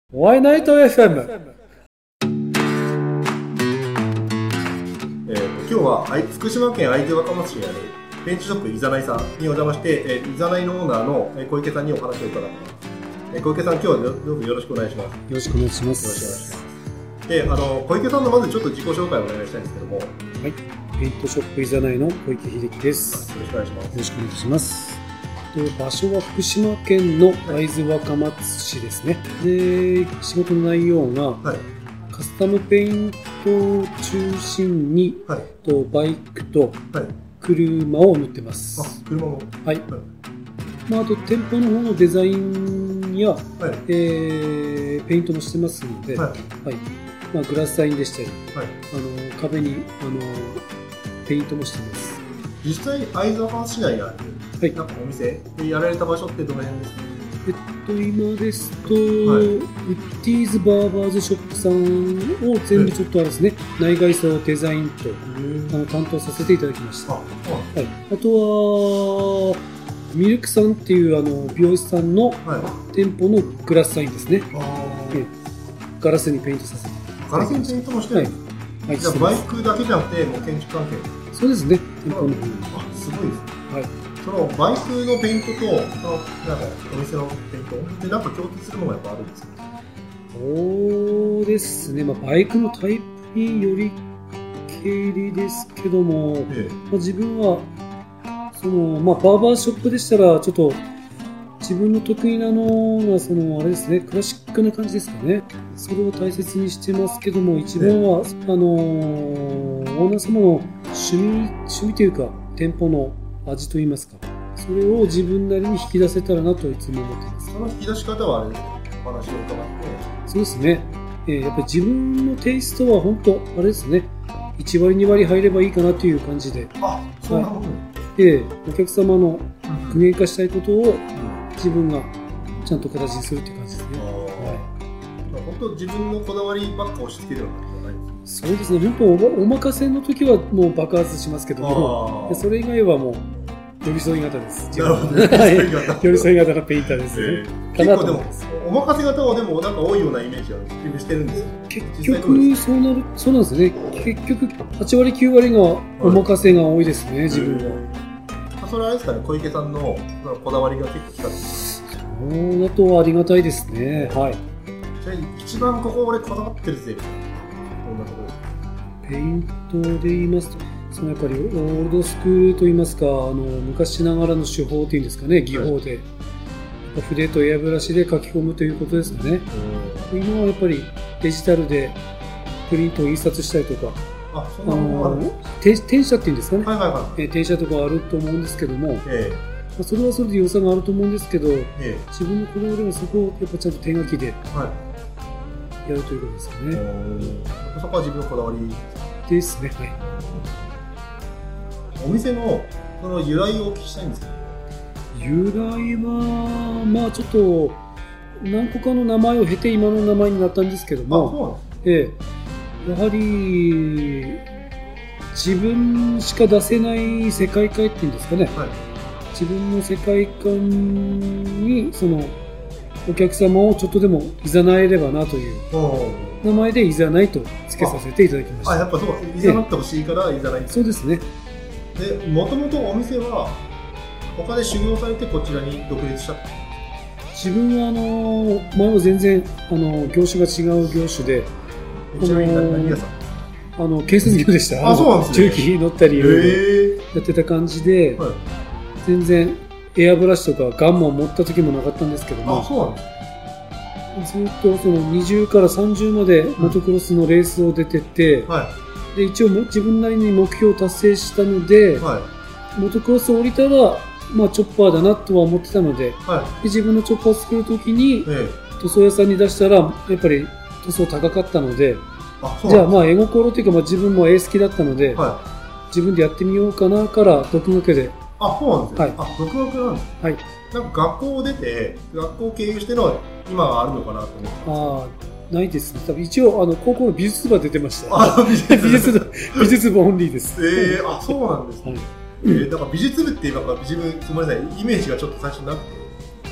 ワイナイト FM。 今日は福島県会津若松市にあるペンチショップいざないさんにお邪魔して、いざないのオーナーの小池さんにお話を伺っています。小池さん、今日はどうぞよろしくお願いします。よろしくお願いします。よろしくお願いします。で、小池さんのまずちょっと自己紹介をお願いしたいんですけども。はい。 ペイントショップいざないの小池秀樹です。 よろしくお願いします。 よろしくお願いします。場所は福島県の会津若松市ですね。で、仕事の内容が、カスタムペイントを中心に、バイクと車を塗ってます。 あ、車も。 はい。あと店舗の方のデザインや、ペイントもしてますので、グラスサインでしたり、壁にペイントもしてます。 実際会津若松市内にある、なんかお店でやられた場所ってどの辺ですか？ 今ですと、ウッディーズバーバーズショップさんを全部ちょっとあれですね、内外装デザインと担当させていただきました。あとはミルクさんっていう美容師さんの店舗のグラスサインですね。ガラスにペイントさせて。 ガラスにペイントもしてる。じゃあバイクだけじゃなくてもう建築関係。 そうですね。店舗の。 すごいですね。そのバイクのペイントとそのなんかお店のペイントでなんか共通するものがやっぱあるんですか？ そうですね。バイクのタイプによりけりですけども、自分はバーバーショップでしたらちょっと自分の得意なのがあれですね、クラシックな感じですかね。それを大切にしてますけども、一番はオーナー様の趣味というか店舗の味といいますか、それを自分なりに引き出せたらなといつも思っています。 その引き出し方はあれですか？お話を伺って。 そうですね。やっぱり自分のテイストは本当あれですね。1割2割入ればいいかなという感じで。 そんなもの。 お客様の具現化したいことを自分がちゃんと形にするっていう感じですね。 本当自分のこだわりばっか押し付けるようなことはないんですか？ そうですね。本当お任せの時はもう爆発しますけども、それ以外はもう寄り添い型です。 なるほど。 寄り添い型のペインターですね。 結構でもお任せ型はでもなんか多いようなイメージはしてるんですけど。結局そうなんですね。結局8割9割がお任せが多いですね。自分は。 それはあれですかね。小池さんのこだわりが結構光ってます。 そうだとありがたいですね。はい。 じゃあ一番ここ俺こだわってるぜ。どんなところですか？ ペイントで言いますと、やっぱりオールドスクールといいますか、昔ながらの手法というんですかね、技法で、筆とエアブラシで書き込むということですかね。今はやっぱりデジタルでプリントを印刷したりとか、転写っていうんですかね、転写とかあると思うんですけども、それはそれで良さがあると思うんですけど、自分のこだわりはそこをやっぱちゃんと手書きでやるということですよね。 そこは自分のこだわりですね。 お店のその由来をお聞きしたいんですけど。 由来はちょっと何個かの名前を経て今の名前になったんですけども、やはり自分しか出せない世界観っていうんですかね。自分の世界観にお客様をちょっとでもいざなえればなという名前でいざないと付けさせていただきました。 やっぱそう、いざなってほしいからいざない。 そうですね。 で、もともとお店は他で修行されてこちらに独立した。 自分は前は全然業種が違う業種で、 ちなみに何屋さん？ 建設業でした。 そうなんですね。 重機乗ったりやってた感じで、全然エアブラシとかガンマを持った時もなかったんですけども、 そうなんです。 ずっと20から30までモトクロスのレースを出てて、で一応自分なりに目標を達成したので、モトクロスを降りたら、チョッパーだなとは思ってたので、で自分のチョッパーを作るときに、塗装屋さんに出したらやっぱり塗装高かったので、じゃあ絵心というか、自分も絵好きだったので、自分でやってみようかなから独学で。 そうなんですね。独学なんですね。なんか学校を出て学校を経由しての今があるのかなと思って。 ないですね。多分一応高校の美術部は出てました。美術部オンリーです。 そうなんですね。だから美術部って今自分ごめんなさい、イメージがちょっと最初なくて。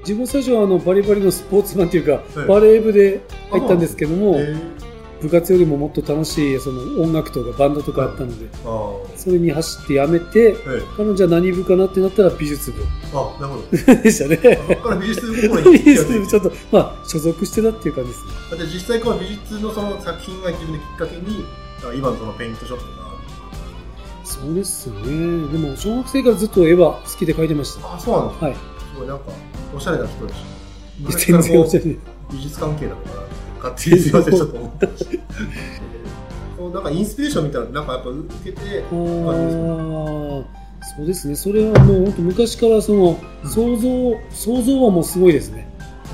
自分最初はバリバリのスポーツマンというか、 はいバレー部で入ったんですけども、 へ部活よりももっと楽しいその音楽とかバンドとかあったので、それに走ってやめて、彼女は何部かなってなったら美術部あ、なるほど。 でしたね。 ここから美術部の方に美術部ちょっと、まあ、所属してたっていう感じですね。 だって実際この美術のその作品が自分できっかけに、今のそのペイントショップがそうですね。でも、小学生からずっと絵は好きで描いてました。 あ、そうなんですか。 はい。 すごいなんか、おしゃれな人でし全然おしゃれ。 美術関係だから勝手にすいませんちょっと思ってそうなんかインスピレーションみたいななんかやっぱ受けてそうですね。それはもう本当昔からその想像はもうすごいですね。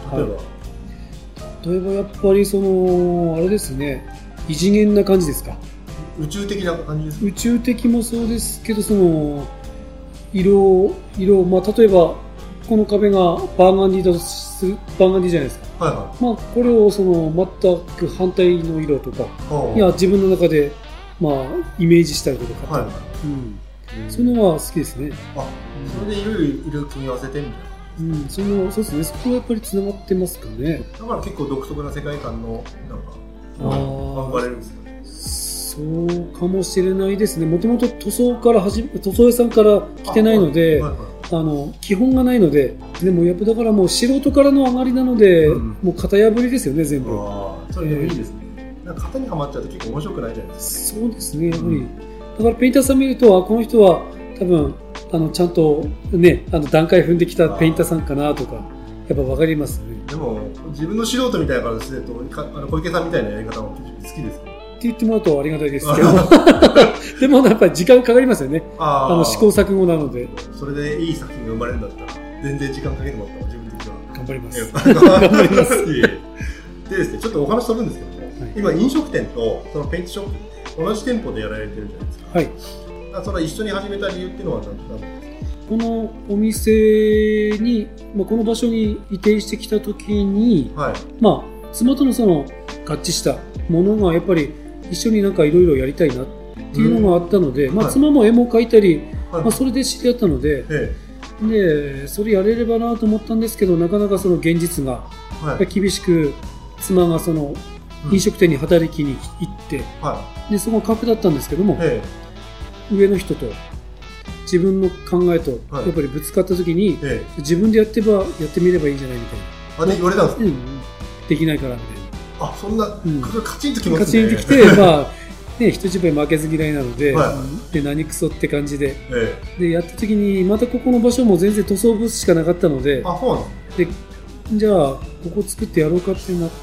例えばやっぱりそのあれですね、異次元な感じですか。 宇宙的な感じですか。 宇宙的もそうですけど、その色、まあ例えばこの壁がバーガンディだとする、バーガンディじゃないですか。 はいはい。 まあこれをその全く反対の色とか、いや自分の中でまあイメージしたりとか、 はいはい。 そういうのは好きですね。 あ、それでいろいろ組み合わせてみたいな。 そうですね。そこはやっぱり繋がってますかね。 だから結構独特な世界観のなんか頑張れるんですかね。 そうかもしれないですね。もともと塗装屋さんから来てないので、基本がないので、でもやっぱだからもう素人からの上がりなので、もう型破りですよね、全部。 それでもいいですね。なんか型にはまっちゃうと結構面白くないじゃないですか。そうですね、やっぱり。だからペインターさん見ると、この人は多分ちゃんとね、段階踏んできたペインターさんかなとか、やっぱ分かりますね。 でも自分の素人みたいなからすると、小池さんみたいなやり方も好きですね。 って言ってもらうとありがたいですけどでもやっぱり時間かかりますよね。試行錯誤なので。 それでいい作品が生まれるんだったら全然時間かけてもらった自分的には頑張ります頑張りますでですね、ちょっとお話飛ぶんですけども、今飲食店とそのペイントショップって同じ店舗でやられてるじゃないですか。はい。それ一緒に始めた理由っていうのは何ですか。 このお店に、この場所に移転してきた時に、妻とのその合致したものがやっぱり一緒になんかいろいろやりたいなっていうのがあったので、妻も絵も描いたり、それで知り合ったので、でそれやれればなと思ったんですけど、なかなかその現実が厳しく、妻がその飲食店に働きに行って、でそこが格だったんですけども、上の人と自分の考えとやっぱりぶつかった時に、自分でやってみればいいんじゃないみたいな。 言われたんですか。 できないからみたいな。 そんな、カチンときますね。 カチンときて、人一倍負けず嫌いなので、で何クソって感じで、でやった時にまたここの場所も全然塗装ブースしかなかったので、でじゃあここ作ってやろうかってなって、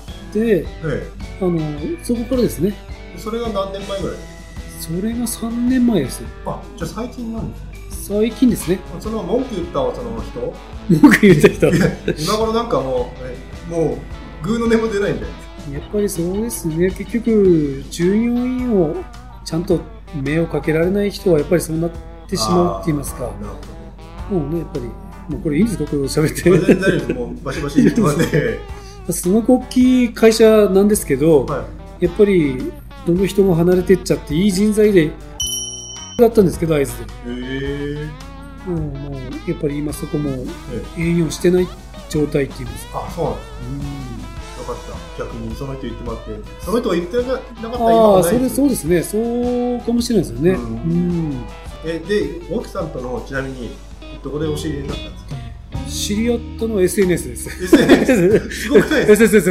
そこからですね。 それが何年前ぐらい？ それが3年前です。 じゃあ最近なんですね。最近ですね。 その文句言ったその人？ 文句言った人。 今頃なんかもうグーの音も出ないんじゃないですか。 やっぱりそうですね。結局従業員をちゃんと目をかけられない人はやっぱりそうなってしまうって言いますか。もうね、やっぱりもうこれいいんですか、これを喋って。 全然大丈夫です。もうバシバシ言ってもらって。 すごく大きい会社なんですけど、やっぱりどんどん人が離れてっちゃっていい人材でだったんですけど、会津で。もうやっぱり今そこも営業してない状態って言いますか。 そうなんです。よかった。逆にその人言ってもらって、その人が言ってなかったら今はないです。 そうですね。そうかもしれないですよね。 で、奥さんとのちなみにどこでお知り合いになったんですか。 知り合ったのは SNS です。 SNS すごくないですか。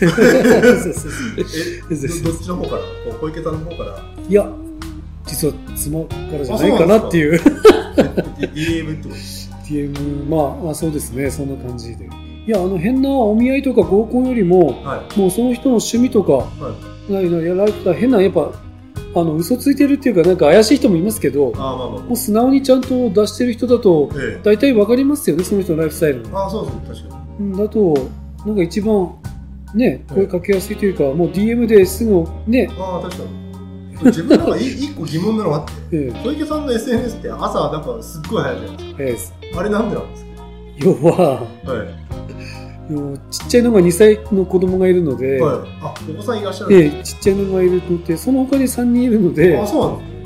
どっちの方から、小池さんの方から。 いや、実は妻からじゃないかなっていう。 DM ってことですか。 DM、そうですね、そんな感じで。いや、変なお見合いとか合コンよりも、もうその人の趣味とか、やられた変な、やっぱ、嘘ついてるっていうか、なんか怪しい人もいますけど、もう素直にちゃんと出してる人だと、大体わかりますよね、その人のライフスタイルが。 そうですね、確かに。 だと、なんか一番、ね、声かけやすいというか、もう DM ですぐね。 確かに。自分の中で一個疑問なのがあって、小池さんの SNS って朝なんかすっごい早いじゃないですか。 早いです。 あれなんでなんですか。 要は、ちっちゃいのが2歳の子供がいるので、 お子さんいらっしゃる。 ちっちゃいのがいるので、その他に3人いるので、 そうなんですね。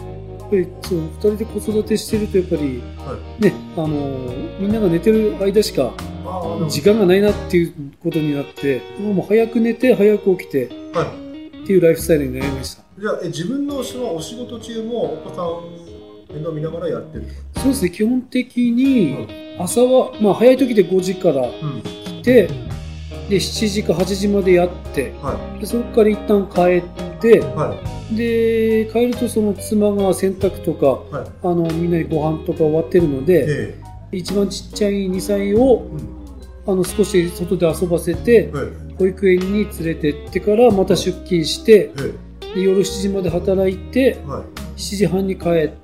ぱりそう2人で子育てしてるとやっぱり、ね、みんなが寝てる間しか時間がないなっていうことになって、もう早く寝て早く起きてっていうライフスタイルになりました。 じゃあ自分のお仕事中もお子さん面倒見ながらやってる？ そうですね、基本的に朝は、早い時で5時から来て、で7時か8時までやって、でそこから一旦帰って、で帰るとその妻が洗濯とか、みんなにご飯とか終わってるので、一番ちっちゃい2歳を、少し外で遊ばせて、保育園に連れてってからまた出勤して、で夜7時まで働いて、7時半に帰って、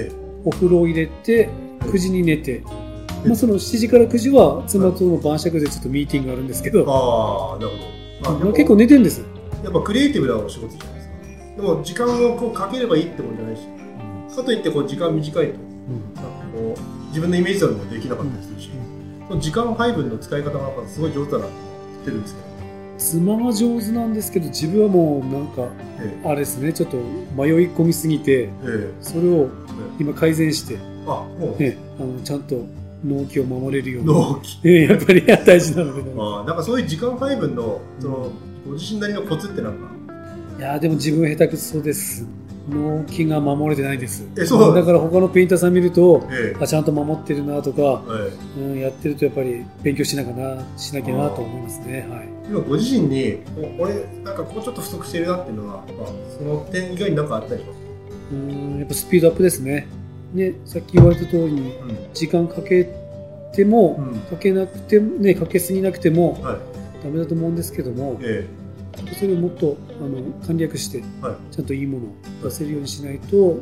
お風呂を入れて9時に寝て、その7時から9時は妻との晩酌でちょっとミーティングがあるんですけど、 なるほど。 結構寝てるんです。 やっぱクリエイティブなお仕事じゃないですか。でも時間をかければいいってことじゃないし、かといって時間短いと、自分のイメージ通りもできなかったりするし、時間配分の使い方がすごい上手だなって言ってるんですけど。 妻は上手なんですけど、自分はもうなんか、あれですね、ちょっと迷い込みすぎて、それを今改善して、ちゃんと納期を守れるように。 納期やっぱり大事なので。 なんかそういう時間配分の、ご自身なりのコツってなんか。 いやでも自分下手くそです。納期が守れてないです。 そうだから他のペインターさん見ると、ちゃんと守ってるなとか、やってるとやっぱり勉強しなきゃなと思いますね。 今ご自身に俺なんかこうちょっと不足してるなっていうのは、その点以外に何かあったりします？ やっぱスピードアップですね。さっき言われた通りに、時間かけても、かけなくてもね、かけすぎなくてもダメだと思うんですけども、それをもっと簡略して、ちゃんといいものを出せるようにしないと、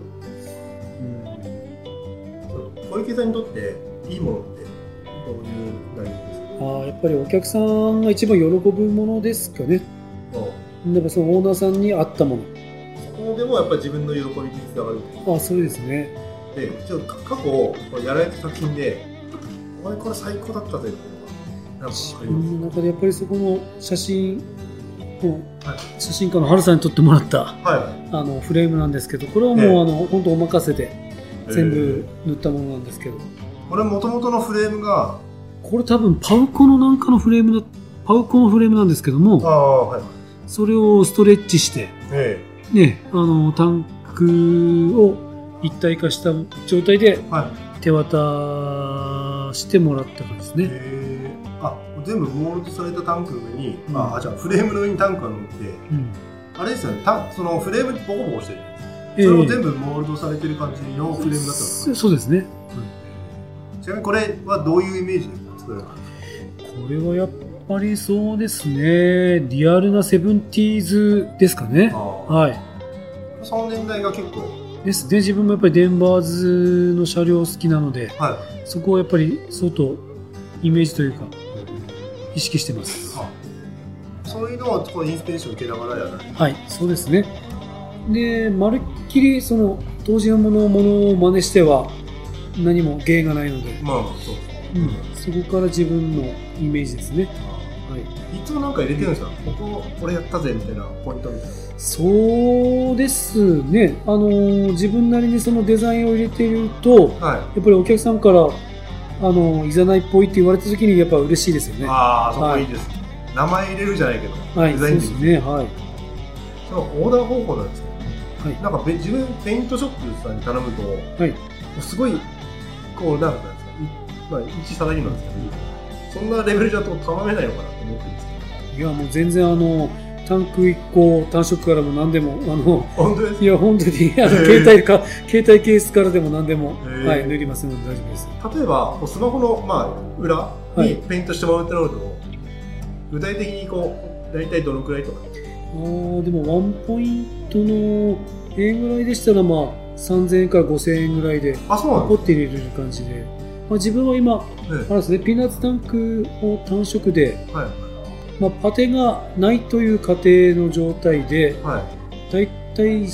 小池さんにとっていいものってどういう内容ですか？ やっぱりお客さんが一番喜ぶものですかね。やっぱそのオーナーさんに合ったもの。 そこでもやっぱり自分の喜びにつながる。 そうですね。 で、ちょっと過去やられた作品で、お前これ最高だったぜっていうのが自分の中でやっぱりそこの写真家の春さんに撮ってもらった、フレームなんですけど、これはもう、本当お任せで全部塗ったものなんですけど、 これ元々のフレームがこれ多分パウコのフレームなんですけども、それをストレッチして、タンクを一体化した状態で手渡してもらったからですね。 全部モールドされたタンクの上に、じゃあフレームの上にタンクが乗って、あれですよね、そのフレームボコボコしてる、それも全部モールドされてる感じのフレームだったんですか？ そうですね。 ちなみにこれはどういうイメージで作られたんですか？ これはやっぱりそうですね、リアルなセブンティーズですかね。 その年代が結構ですね。自分もやっぱりデンバーズの車両好きなので、そこをやっぱり相当イメージというか意識してます。 そういうのをインスピレーション受けながらやられる。 そうですね。で、まるっきりその当時のものを真似しては何も芸がないので、そこから自分のイメージですね。 いつもなんか入れてるんですか？これやったぜみたいなポイントみたいな。 そうですね。自分なりにそのデザインを入れていると、やっぱりお客さんからいざないっぽいって言われた時にやっぱ嬉しいですよね。 そこいいです。名前入れるじゃないけど、デザインですね。そのオーダー方法なんですけど、なんか自分ペイントショップさんに頼むと、すごいこうなんか一サラリーマンですけど、そんなレベルだと頼めないのかなと思ってるんですけど。 いやもう全然タンク1個単色からも何でも本当ですか？ いや本当に携帯ケースからでも何でも、塗りますので大丈夫です。 例えばスマホの、裏にペイントしてもらうってなると、具体的に大体どのくらいとか？ でもワンポイントの円ぐらいでしたら3000円から5000円ぐらいでポッて入れる感じで、自分は今、あれですね、ピーナッツタンクを単色で、パテがないという過程の状態で、だいたい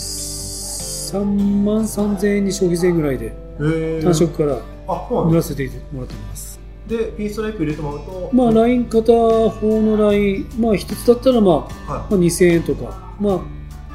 3万3000円に消費税ぐらいで単色から塗らせてもらっています。 でピンストライプ入れてもらうと、 ライン片方のライン、一つだったら2000円とか、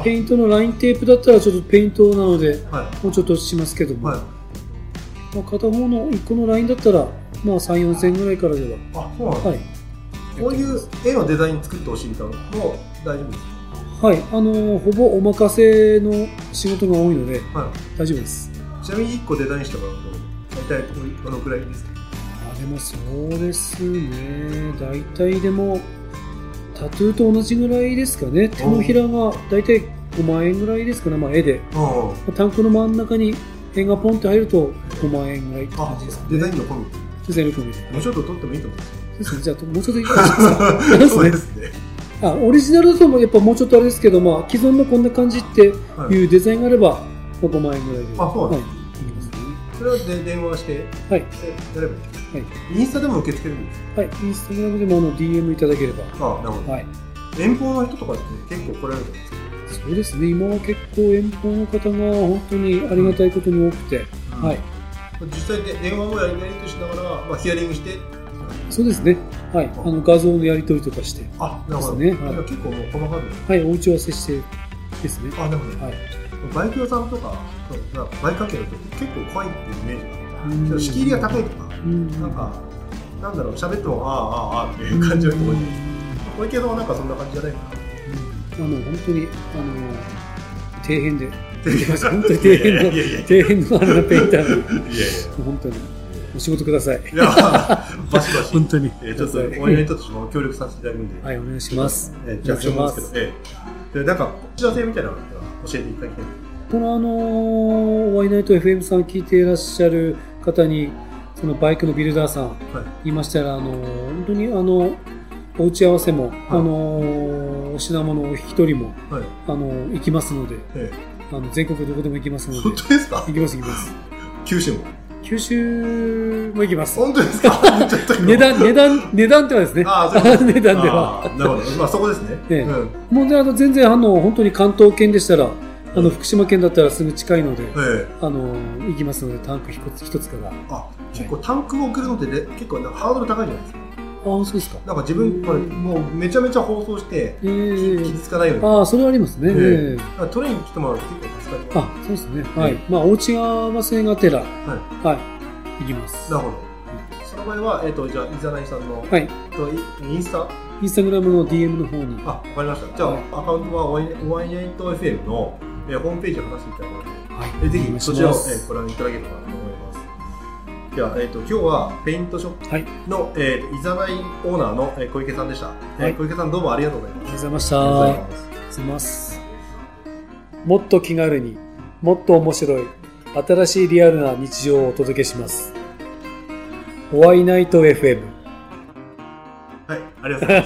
ペイントのラインテープだったらちょっとペイントなので、 はもうちょっとしますけども、 はい。 まあ、片方の1個のラインだったら、まあ、3、4千円ぐらいからでは、 あ、そうなんですはい、 こういう絵のデザイン作ってほしいみたいなのも大丈夫ですはい、ほぼお任せの仕事が多いので、 か？は大丈夫です。 い。ちなみに1個デザインしてもらうと、大体どのくらいですか？ あ、でもそうですね、大体でも、タトゥーと同じぐらいですかね、手のひらが大体5万円ぐらいですかね、まあ、絵で。タンクの真ん中に絵がポンって入ると5万円ぐらいって感じですかね。 デザインの込み。 デザインの込みで。 もうちょっと撮ってもいいと思うんですよ。 ですね、じゃあ、もうちょっといいですか。 そうですね。 あ、オリジナルだとやっぱもうちょっとあれですけど、まあ、既存のこんな感じっていうデザインがあれば、まあ、5万円ぐらいで。 あ、そうなんですはい、いきますね。 それは電話して、 はい。 やればいいですか？ はい。 インスタでも受け付けるんですか？ はい。インスタグラムでもDM いただければ。 あ、なるほど。 はい。 遠方の人とかって結構来られるんですか？ そうですね、今は結構遠方の方が本当にありがたいことに多くて、はい。 実際で電話もやり取りしながら、まあ、ヒアリングして、 そうですね、はい。画像のやり取りとかして、 あ、なるほど。 ですね。はい、 結構もう細かく。 はい、お打ち合わせしてですね。 あ、なるほど。 はい。 バイク屋さんとか、バイク関係の人って結構怖いっていうイメージがある。敷居が高いとか、なんか、なんだろう、喋っても、ああっていう感じの人多い。小池さんはなんかそんな感じじゃないかな。 本当に、底辺で、本当に底辺のあれなペインター本当に、お仕事ください。 いや、バシバシ。 本当に。 ちょっと、お願いとしても協力させていただくんで。 はい、お願いします。 じゃあ、しますけど、で、なんか、知らせみたいなのが教えていただきたい。 このワイナイト FM さん聞いていらっしゃる方に、そのバイクのビルダーさん、言いましたら、本当にお打ち合わせも、お品物を引き取りも、行きますので、全国どこでも行きますので。 本当ですか？ 行きます、行きます。 九州も？ 九州も行きます。 本当ですか？ 値段ではですね。値段では。 なるほど。まあそこですね。 もう全然本当に関東圏でしたら、福島県だったらすぐ近いので、行きますので、タンク一つから。 あ、結構タンクを送るのって結構ハードル高いじゃないですか。 あ、そうですか。 なんか自分これもうめちゃめちゃ放送して傷つかないように。 ああ、それはありますね。 トレイに来てもらうと結構助かります。 あ、そうですね。はい。まあお家が忘れがてら、はい、行きます。 なるほど。その場合はじゃあイザナイさんのインスタグラムの DM の方に。 あ、わかりました。じゃあアカウントはワイナイト FM のホームページを話していただくので、ぜひそちらをご覧いただければと思います。では、今日はペイントショップの、いざないオーナーの小池さんでした。小池さんどうもありがとうございます。 ありがとうございました。ありがとうございます。もっと気軽に、もっと面白い、新しいリアルな日常をお届けします。ワイナイト FM。 はい、ありがとうございます。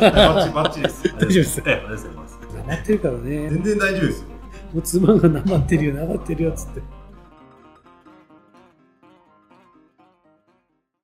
バッチリです。 大丈夫です。 ありがとうございます。 なまってるからね。 全然大丈夫ですよ。 もう妻がなまってるよ、なまってるよっつって。